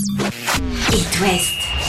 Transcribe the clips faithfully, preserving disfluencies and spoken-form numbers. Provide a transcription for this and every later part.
It West.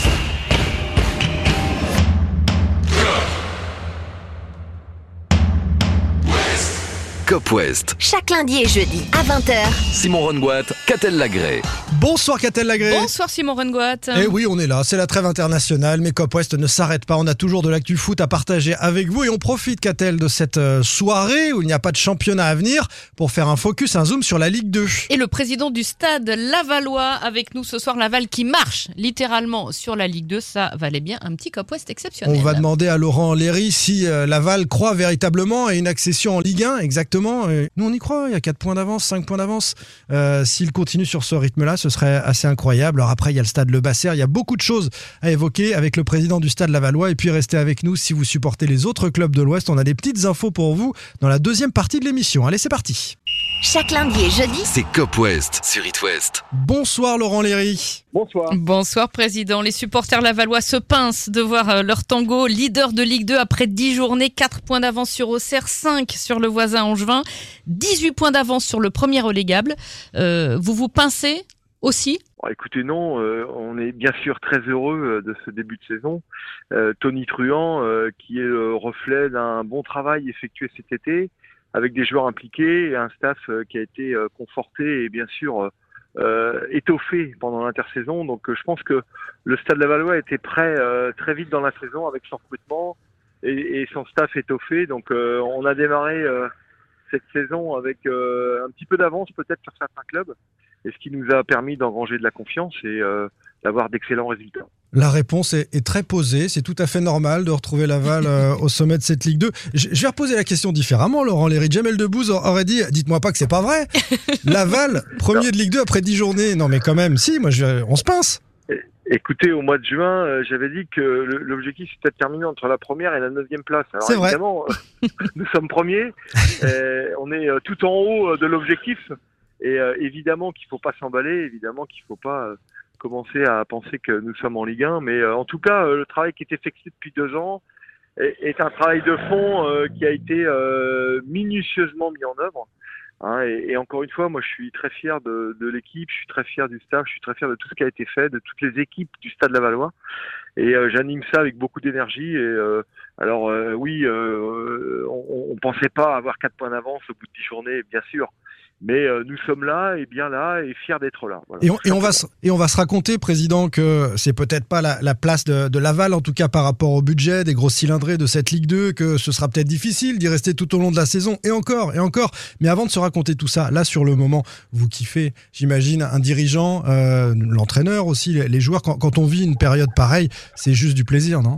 Cop West. Chaque lundi et jeudi à vingt heures. Simon Rongoat, Catel Lagré. Bonsoir Catel Lagré. Bonsoir Simon Rongoat. Et oui, on est là, c'est la trêve internationale, mais Cop West ne s'arrête pas. On a toujours de l'actu foot à partager avec vous et on profite, Catel, de cette soirée où il n'y a pas de championnat à venir pour faire un focus, un zoom sur la Ligue deux. Et le président du stade Lavallois avec nous ce soir, Laval qui marche littéralement sur la Ligue deux, ça valait bien un petit Cop West exceptionnel. On va demander à Laurent Léry si euh, Laval croit véritablement à une accession en Ligue un, exactement. Et nous on y croit, il y a quatre points d'avance, cinq points d'avance. Euh, s'il continue sur ce rythme-là, ce serait assez incroyable. Alors après, il y a le stade Le Basser, il y a beaucoup de choses à évoquer avec le président du stade Lavallois. Et puis restez avec nous si vous supportez les autres clubs de l'Ouest. On a des petites infos pour vous dans la deuxième partie de l'émission. Allez, c'est parti. Chaque lundi et jeudi, C'est Cop West sur It West. Bonsoir Laurent Léry. Bonsoir. Bonsoir président. Les supporters lavallois se pincent de voir euh, leur tango leader de Ligue deux après dix journées, quatre points d'avance sur Auxerre, cinq sur le voisin angevin, dix-huit points d'avance sur le premier relégable. Euh, vous vous pincez aussi ? Bon, écoutez, non, euh, on est bien sûr très heureux euh, de ce début de saison. Euh, Tony Truant, euh, qui est le reflet d'un bon travail effectué cet été, avec des joueurs impliqués et un staff euh, qui a été euh, conforté et bien sûr euh, euh, étoffé pendant l'intersaison. Donc euh, je pense que le Stade Lavallois était prêt euh, très vite dans la saison avec son recrutement et, et son staff étoffé. Donc euh, on a démarré euh, cette saison avec euh, un petit peu d'avance peut-être sur certains clubs, et ce qui nous a permis d'engranger de la confiance et euh, d'avoir d'excellents résultats. La réponse est, est très posée, c'est tout à fait normal de retrouver Laval euh, au sommet de cette Ligue deux. Je, je vais reposer la question différemment, Laurent Léry. Jamel Debbouze aurait dit, dites-moi pas que c'est pas vrai. Laval, premier de Ligue deux après dix journées. Non mais quand même, si, moi je, on se pince. Écoutez, au mois de juin, euh, j'avais dit que le, l'objectif c'était de terminer entre la première et la neuvième place. Alors c'est vrai. Évidemment, euh, nous sommes premiers, euh, on est euh, tout en haut euh, de l'objectif, et euh, évidemment qu'il faut pas s'emballer, évidemment qu'il faut pas euh, commencer à penser que nous sommes en Ligue un, mais euh, en tout cas, euh, le travail qui est effectué depuis deux ans est, est un travail de fond euh, qui a été euh, minutieusement mis en œuvre. Hein, et, et encore une fois, moi je suis très fier de, de l'équipe, je suis très fier du staff, je suis très fier de tout ce qui a été fait, de toutes les équipes du Stade Lavallois. Et euh, j'anime ça avec beaucoup d'énergie. Et euh, alors euh, oui, euh, on, on pensait pas avoir quatre points d'avance au bout de dix journées, bien sûr. Mais euh, nous sommes là, et bien là, et fiers d'être là. Voilà. Et, on, et, on va se, et on va se raconter, Président, que c'est peut-être pas la, la place de, de Laval, en tout cas par rapport au budget des gros cylindrés de cette Ligue deux, que ce sera peut-être difficile d'y rester tout au long de la saison, et encore, et encore. Mais avant de se raconter tout ça, là, sur le moment, vous kiffez, j'imagine, un dirigeant, euh, l'entraîneur aussi, les, les joueurs. Quand, quand on vit une période pareille, c'est juste du plaisir, non ?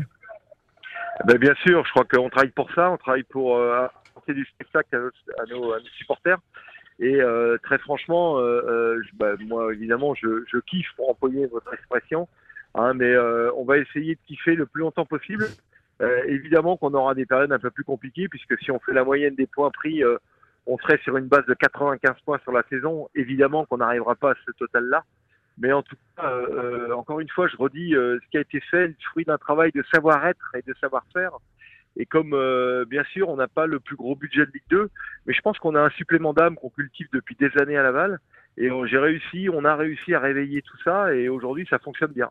Ben, bien sûr, je crois qu'on travaille pour ça, on travaille pour euh, apporter du spectacle à nos, à nos, à nos supporters. Et euh, très franchement, euh, euh, bah, moi évidemment, je, je kiffe pour employer votre expression, hein, mais euh, on va essayer de kiffer le plus longtemps possible. Euh, évidemment qu'on aura des périodes un peu plus compliquées, puisque si on fait la moyenne des points pris, euh, on serait sur une base de quatre-vingt-quinze points sur la saison. Évidemment qu'on n'arrivera pas à ce total-là, mais en tout cas, euh, encore une fois, je redis euh, ce qui a été fait, le fruit d'un travail de savoir-être et de savoir-faire. Et comme, euh, bien sûr, on n'a pas le plus gros budget de Ligue deux, mais je pense qu'on a un supplément d'âme qu'on cultive depuis des années à Laval. Et on, j'ai réussi, on a réussi à réveiller tout ça, et aujourd'hui, ça fonctionne bien.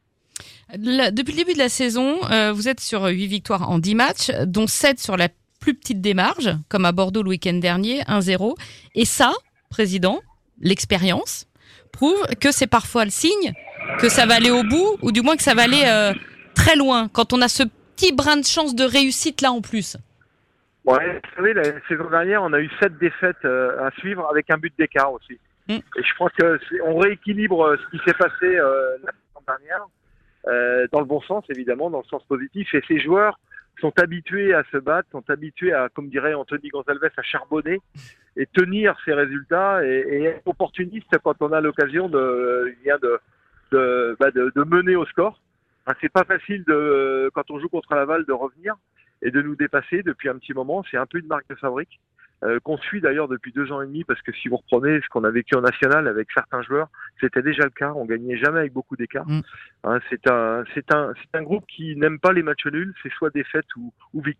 La, depuis le début de la saison, euh, vous êtes sur huit victoires en dix matchs, dont sept sur la plus petite des marges, comme à Bordeaux le week-end dernier, un zéro. Et ça, Président, l'expérience prouve que c'est parfois le signe que ça va aller au bout, ou du moins que ça va aller euh, très loin, quand on a ce petit brin de chance de réussite là en plus. Ouais, vous savez, la saison dernière, on a eu sept défaites euh, à suivre avec un but d'écart aussi. Mm. Et je crois que c'est, on rééquilibre euh, ce qui s'est passé euh, la saison dernière, euh, dans le bon sens évidemment, dans le sens positif. Et ces joueurs sont habitués à se battre, sont habitués à, comme dirait Anthony Gonzalez, à charbonner et tenir ces résultats et, et être opportuniste quand on a l'occasion de, de, de, bah de, de mener au score. C'est pas facile de, quand on joue contre Laval, de revenir et de nous dépasser depuis un petit moment. C'est un peu une marque de fabrique euh, qu'on suit d'ailleurs depuis deux ans et demi, parce que si vous reprenez ce qu'on a vécu en national avec certains joueurs, c'était déjà le cas. On gagnait jamais avec beaucoup d'écart. Mmh. Hein, c'est un, c'est un, c'est un groupe qui n'aime pas les matchs nuls. C'est soit défaite ou, ou victoire.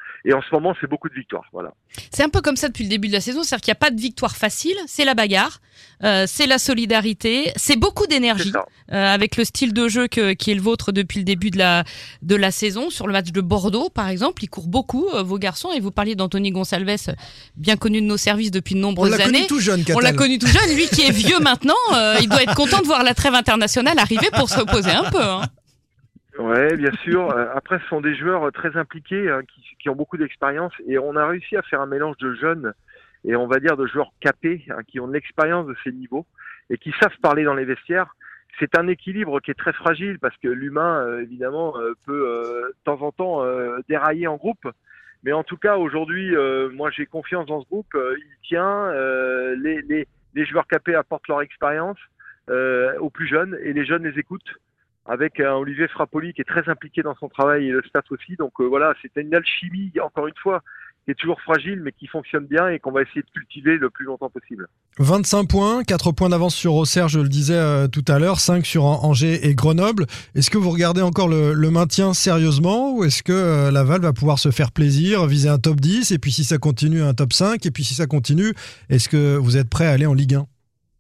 Et en ce moment, c'est beaucoup de victoires. Voilà. C'est un peu comme ça depuis le début de la saison, c'est-à-dire qu'il n'y a pas de victoire facile, c'est la bagarre, euh, c'est la solidarité, c'est beaucoup d'énergie, euh, avec le style de jeu que, qui est le vôtre depuis le début de la, de la saison. Sur le match de Bordeaux, par exemple, ils courent beaucoup, euh, vos garçons, et vous parliez d'Anthony Gonçalves, bien connu de nos services depuis de nombreuses On l'a années. connu tout jeune, Catel. On l'a connu tout jeune, lui qui est vieux maintenant, euh, il doit être content de voir la trêve internationale arriver pour se reposer un peu. Hein. Ouais, bien sûr. Après, ce sont des joueurs très impliqués, hein, qui, qui ont beaucoup d'expérience, et on a réussi à faire un mélange de jeunes et on va dire de joueurs capés, hein, qui ont de l'expérience de ces niveaux et qui savent parler dans les vestiaires. C'est un équilibre qui est très fragile parce que l'humain, euh, évidemment, euh, peut euh, de temps en temps euh, dérailler en groupe. Mais en tout cas, aujourd'hui, euh, moi, j'ai confiance dans ce groupe. Euh, il tient. Euh, les, les, les joueurs capés apportent leur expérience euh, aux plus jeunes et les jeunes les écoutent. Avec un Olivier Frappoli qui est très impliqué dans son travail et le staff aussi. Donc euh, voilà, c'est une alchimie, encore une fois, qui est toujours fragile mais qui fonctionne bien et qu'on va essayer de cultiver le plus longtemps possible. vingt-cinq points, quatre points d'avance sur Auxerre, je le disais euh, tout à l'heure, cinq sur Angers et Grenoble. Est-ce que vous regardez encore le, le maintien sérieusement ou est-ce que euh, Laval va pouvoir se faire plaisir, viser un top dix et puis si ça continue un top cinq et puis si ça continue, est-ce que vous êtes prêt à aller en Ligue un ?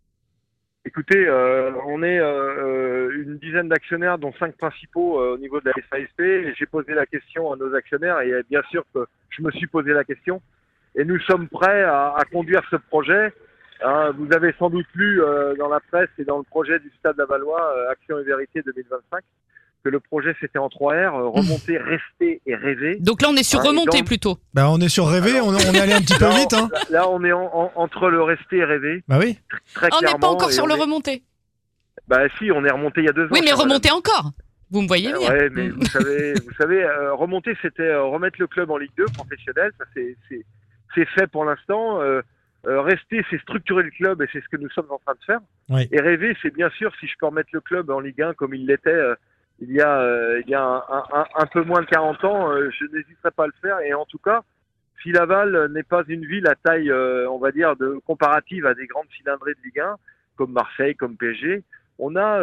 Écoutez, euh, on est euh, une dizaine d'actionnaires, dont cinq principaux euh, au niveau de la S A S P. Et j'ai posé la question à nos actionnaires et bien sûr que je me suis posé la question. Et nous sommes prêts à, à conduire ce projet. Hein, vous avez sans doute lu euh, dans la presse et dans le projet du Stade Lavallois, euh, Action et Vérité deux mille vingt-cinq, que le projet c'était en trois R, euh, remonter, rester et rêver. Donc là, on est sur hein, remonter donc, plutôt. Bah on est sur rêver, alors, on, on est allé un petit peu là, vite. Hein. Là, on est en, en, entre le rester et rêver. Bah oui. Très On n'est pas clairement, encore sur et le on est- remonter. Bah si, on est remonté il y a deux ans. Oui, mais Charles. remonter encore. Vous me voyez Euh, venir. ouais, mais Mm. vous savez, vous savez, euh, remonter, c'était euh, remettre le club en Ligue deux professionnelle. Ça, c'est, c'est, c'est fait pour l'instant. Euh, euh, rester, c'est structurer le club et c'est ce que nous sommes en train de faire. Oui. Et rêver, c'est bien sûr si je peux remettre le club en Ligue un comme il l'était euh, il y a, euh, il y a un, un, un peu moins de quarante ans. Euh, je n'hésiterai pas à le faire. Et en tout cas, si Laval n'est pas une ville à taille, euh, on va dire, de comparative à des grandes cylindrées de Ligue un, comme Marseille, comme P S G, on a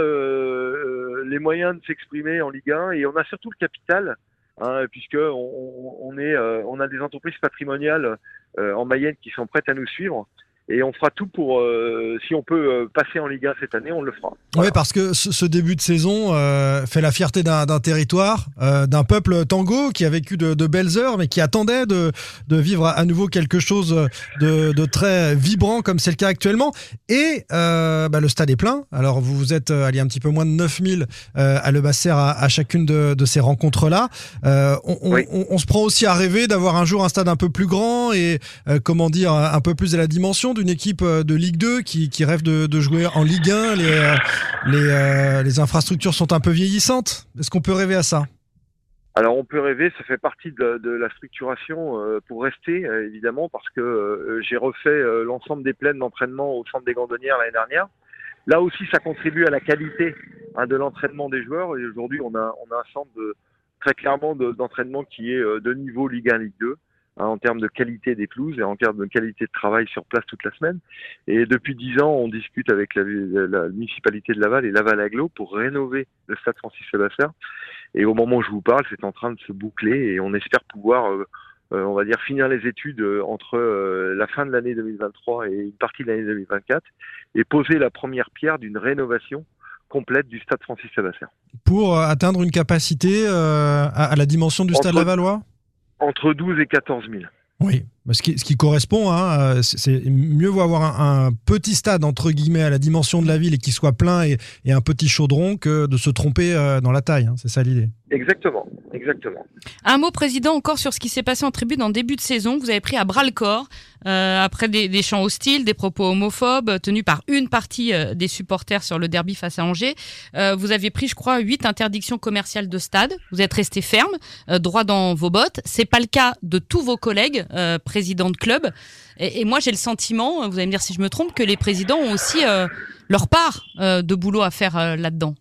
euh, les moyens de s'exprimer en Ligue un et on a surtout le capital, hein, puisque on, on est, euh, on a des entreprises patrimoniales euh, en Mayenne qui sont prêtes à nous suivre. Et on fera tout pour, euh, si on peut euh, passer en Ligue un cette année, on le fera. Voilà. Oui, parce que ce, ce début de saison euh, fait la fierté d'un, d'un territoire, euh, d'un peuple tango qui a vécu de, de belles heures, mais qui attendait de, de vivre à nouveau quelque chose de, de très vibrant comme c'est le cas actuellement. Et euh, bah, le stade est plein. Alors vous vous êtes allé un petit peu moins de neuf mille euh, à Le Basser à, à chacune de, de ces rencontres-là. Euh, on, on, Oui. on, on se prend aussi à rêver d'avoir un jour un stade un peu plus grand et euh, comment dire un peu plus à la dimension d'une équipe de Ligue deux qui, qui rêve de, de jouer en Ligue un. Les, euh, les, euh, les infrastructures sont un peu vieillissantes. Est-ce qu'on peut rêver à ça ? Alors on peut rêver, ça fait partie de, de la structuration euh, pour rester, euh, évidemment, parce que euh, j'ai refait euh, l'ensemble des plaines d'entraînement au centre des Gandonnières l'année dernière. Là aussi, ça contribue à la qualité hein, de l'entraînement des joueurs. Et aujourd'hui, on a, on a un centre de, très clairement de, d'entraînement qui est euh, de niveau Ligue un, Ligue deux. En termes de qualité des pelouses et en termes de qualité de travail sur place toute la semaine. Et depuis dix ans, on discute avec la, la, la municipalité de Laval et Laval Agglo pour rénover le stade Francis Levasseur. Et au moment où je vous parle, c'est en train de se boucler et on espère pouvoir, euh, euh, on va dire, finir les études euh, entre euh, la fin de l'année deux mille vingt-trois et une partie de l'année deux mille vingt-quatre et poser la première pierre d'une rénovation complète du stade Francis Levasseur. Pour euh, atteindre une capacité euh, à, à la dimension du Entre- stade Lavallois ? Entre douze et quatorze mille. Oui, ce qui, ce qui correspond, hein, c'est, c'est mieux vaut avoir un, un petit stade entre guillemets à la dimension de la ville et qui soit plein et, et un petit chaudron que de se tromper euh, dans la taille. Hein, c'est ça l'idée. Exactement, exactement. Un mot, Président, encore sur ce qui s'est passé en tribune en début de saison. Vous avez pris à bras le corps euh, après des, des chants hostiles, des propos homophobes tenus par une partie euh, des supporters sur le derby face à Angers. Euh, vous avez pris, je crois, huit interdictions commerciales de stade. Vous êtes resté ferme, euh, droit dans vos bottes. C'est pas le cas de tous vos collègues euh, présidents de club. Et, et moi, j'ai le sentiment, vous allez me dire si je me trompe, que les présidents ont aussi euh, leur part euh, de boulot à faire euh, là-dedans.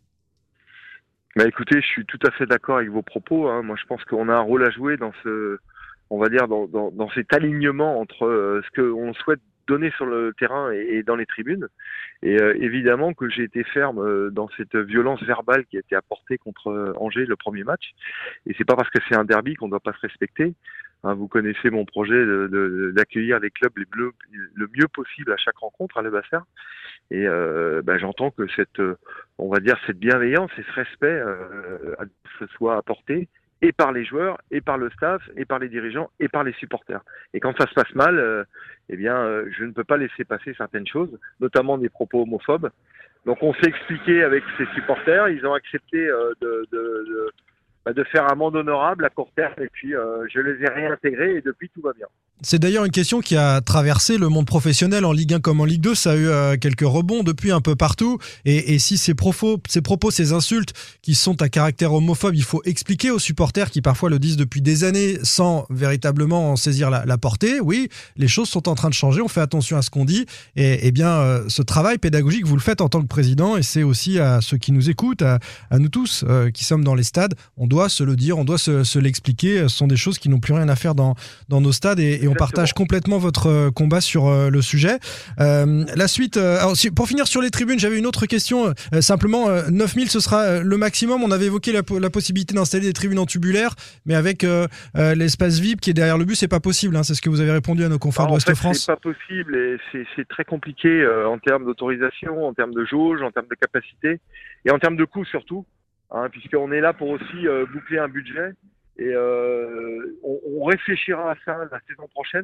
Bah écoutez, je suis tout à fait d'accord avec vos propos. Hein. Moi, je pense qu'on a un rôle à jouer dans ce, on va dire, dans, dans, dans cet alignement entre euh, ce qu'on souhaite donner sur le terrain et, et dans les tribunes. Et euh, évidemment que j'ai été ferme euh, dans cette violence verbale qui a été apportée contre euh, Angers le premier match. Et c'est pas parce que c'est un derby qu'on doit pas se respecter. Hein, vous connaissez mon projet de, de, d'accueillir les clubs les bleus le mieux possible à chaque rencontre à Le Basser. Et euh, bah, j'entends que cette, on va dire, cette bienveillance et ce respect euh, se soit apporté et par les joueurs, et par le staff, et par les dirigeants, et par les supporters. Et quand ça se passe mal, euh, eh bien, euh, je ne peux pas laisser passer certaines choses, notamment des propos homophobes. Donc on s'est expliqué avec ces supporters, ils ont accepté euh, de, de, de de faire amende honorable à court terme et puis euh, je les ai réintégrés et depuis tout va bien. C'est d'ailleurs une question qui a traversé le monde professionnel en Ligue un comme en Ligue deux. Ça a eu euh, quelques rebonds depuis un peu partout. Et, et si ces propos, ces propos, ces insultes qui sont à caractère homophobe, il faut expliquer aux supporters qui parfois le disent depuis des années sans véritablement en saisir la, la portée. Oui, les choses sont en train de changer. On fait attention à ce qu'on dit. Et, et bien, euh, ce travail pédagogique, vous le faites en tant que président. Et c'est aussi à ceux qui nous écoutent, à, à nous tous euh, qui sommes dans les stades. On doit se le dire, on doit se, se l'expliquer. Ce sont des choses qui n'ont plus rien à faire dans, dans nos stades et, et on partage complètement votre combat sur euh, le sujet. Euh, la suite, euh, alors, pour finir sur les tribunes, j'avais une autre question. Euh, simplement, euh, neuf mille, ce sera le maximum. On avait évoqué la, la possibilité d'installer des tribunes en tubulaire, mais avec euh, euh, l'espace V I P qui est derrière le but, c'est pas possible. Hein, c'est ce que vous avez répondu à nos confrères d'Ouest en fait, France. C'est pas possible et c'est, c'est très compliqué euh, en termes d'autorisation, en termes de jauge, en termes de capacité et en termes de coût surtout. Hein, puisqu'on est là pour aussi euh, boucler un budget et euh, on, on réfléchira à ça la saison prochaine.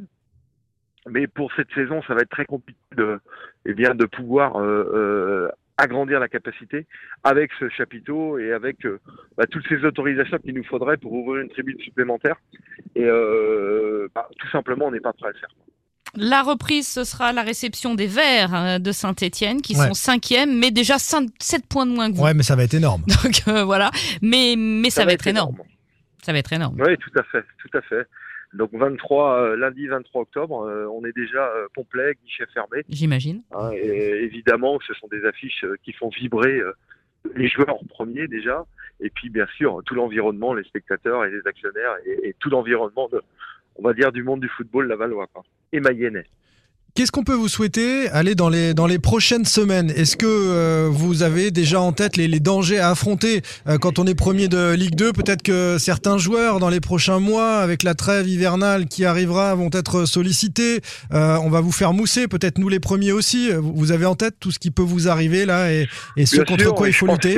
Mais pour cette saison, ça va être très compliqué de, eh bien, de pouvoir euh, euh, agrandir la capacité avec ce chapiteau et avec euh, bah, toutes ces autorisations qu'il nous faudrait pour ouvrir une tribune supplémentaire. Et euh, bah, tout simplement, on n'est pas prêt à le faire. La reprise, ce sera la réception des Verts de Saint-Etienne, qui ouais. sont cinquième, mais déjà cinq, sept points de moins que vous. Ouais, mais ça va être énorme. Donc euh, voilà, mais, mais ça, ça va, va être, être énorme. énorme. Ça va être énorme. Oui, tout à fait, tout à fait. Donc vingt-trois, euh, lundi vingt-trois octobre, euh, on est déjà euh, complet, guichet fermé. J'imagine. Hein, et évidemment, ce sont des affiches euh, qui font vibrer euh, les joueurs en premier déjà, et puis bien sûr tout l'environnement, les spectateurs et les actionnaires, et, et tout l'environnement de, on va dire, du monde du football lavallois, quoi, et mayennais. Qu'est-ce qu'on peut vous souhaiter aller dans les, dans les prochaines semaines ? Est-ce que euh, vous avez déjà en tête les, les dangers à affronter euh, quand on est premier de Ligue deux ? Peut-être que certains joueurs, dans les prochains mois, avec la trêve hivernale qui arrivera, vont être sollicités. Euh, on va vous faire mousser, peut-être nous les premiers aussi. Vous avez en tête tout ce qui peut vous arriver là et, et ce Bien contre sûr, quoi il faut lutter ?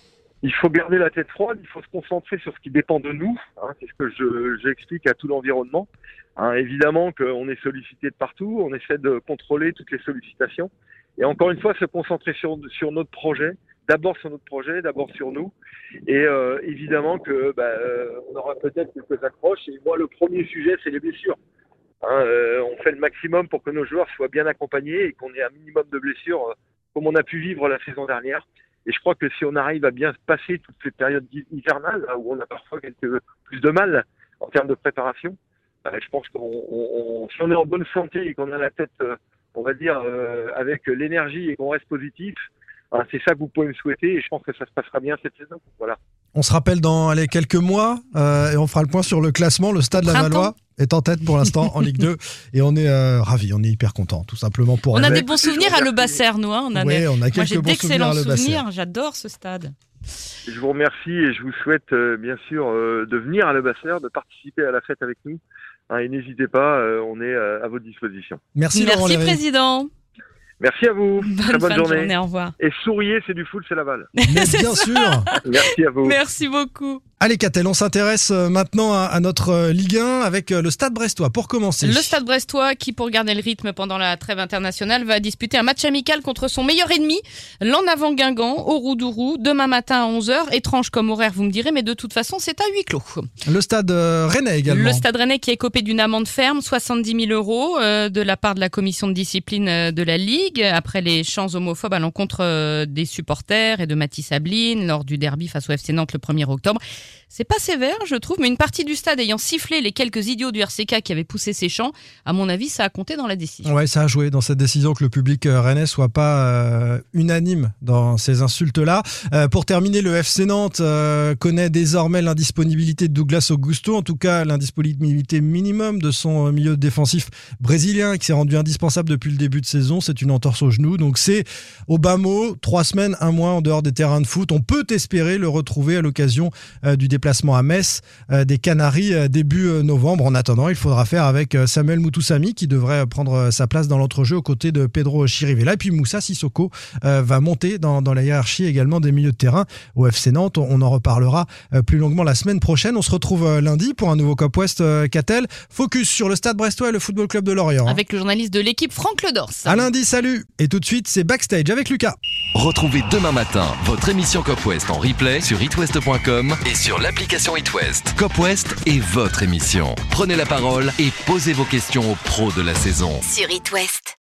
Il faut garder la tête froide, il faut se concentrer sur ce qui dépend de nous. Hein, c'est ce que je, j'explique à tout l'environnement. Hein, évidemment qu'on est sollicité de partout, on essaie de contrôler toutes les sollicitations. Et encore une fois, se concentrer sur, sur notre projet, d'abord sur notre projet, d'abord sur nous. Et euh, évidemment que bah, euh, on aura peut-être quelques accroches. Et moi, le premier sujet, c'est les blessures. Hein, euh, on fait le maximum pour que nos joueurs soient bien accompagnés et qu'on ait un minimum de blessures euh, comme on a pu vivre la saison dernière. Et je crois que si on arrive à bien passer toute cette période hivernale, là, où on a parfois quelques plus de mal en termes de préparation, euh, je pense qu'on on, on, si on est en bonne santé et qu'on a la tête, euh, on va dire, euh, avec l'énergie et qu'on reste positif, euh, c'est ça que vous pouvez me souhaiter et je pense que ça se passera bien cette saison. Voilà. On se rappelle dans les quelques mois euh, et on fera le point sur le classement. Le Stade Lavallois est en tête pour l'instant en Ligue deux et on est euh, ravis, on est hyper contents, tout simplement pour. On a des bons souvenirs à Le Basser, nous. Hein. On a, oui, des... on a quelques Moi, j'ai bons d'excellents souvenirs. souvenirs. J'adore ce stade. Je vous remercie et je vous souhaite euh, bien sûr euh, de venir à Le Basser, de participer à la fête avec nous. Hein, et n'hésitez pas, euh, on est euh, à votre disposition. Merci, Merci Laurent Léry. Président. Merci à vous. Bonne Très bonne journée. journée. Au revoir. Et souriez, c'est du foot, c'est Laval. Mais bien sûr. Merci à vous. Merci beaucoup. Allez Catel, on s'intéresse maintenant à, à notre Ligue un avec le Stade Brestois pour commencer. Le Stade Brestois qui, pour garder le rythme pendant la trêve internationale, va disputer un match amical contre son meilleur ennemi, l'En Avant Guingamp, au Roudourou, demain matin à onze heures. Étrange comme horaire, vous me direz, mais de toute façon, c'est à huis clos. Le Stade Rennais également. Le Stade Rennais qui est copé d'une amende ferme, soixante-dix mille euros, euh, de la part de la commission de discipline de la Ligue, après les chants homophobes à l'encontre euh, des supporters et de Mathis Ablin lors du derby face au F C Nantes le premier octobre. C'est pas sévère, je trouve, mais une partie du stade ayant sifflé les quelques idiots du R C K qui avaient poussé ces chants, à mon avis, ça a compté dans la décision. Ouais, ça a joué dans cette décision que le public rennais soit pas euh, unanime dans ces insultes-là. Euh, pour terminer, le F C Nantes euh, connaît désormais l'indisponibilité de Douglas Augusto, en tout cas l'indisponibilité minimum de son milieu défensif brésilien qui s'est rendu indispensable depuis le début de saison. C'est une entorse au genou, donc c'est au bas mot, trois semaines, un mois en dehors des terrains de foot. On peut espérer le retrouver à l'occasion euh, du déplacement à Metz euh, des Canaries euh, début euh, novembre. En attendant, il faudra faire avec euh, Samuel Moutoussamy qui devrait prendre euh, sa place dans l'entrejeu aux côtés de Pedro Chirivella. Et puis Moussa Sissoko euh, va monter dans, dans la hiérarchie également des milieux de terrain au F C Nantes. On en reparlera euh, plus longuement la semaine prochaine. On se retrouve euh, lundi pour un nouveau Cop West euh, Catel. Focus sur le Stade Brestois et le Football Club de Lorient. Hein. Avec le journaliste de l'équipe Franck Ledors. À lundi, salut. Et tout de suite, c'est Backstage avec Lucas. Retrouvez demain matin votre émission Cop West en replay sur it west point com et sur l'application It West. Cop West est votre émission. Prenez la parole et posez vos questions aux pros de la saison. Sur It West.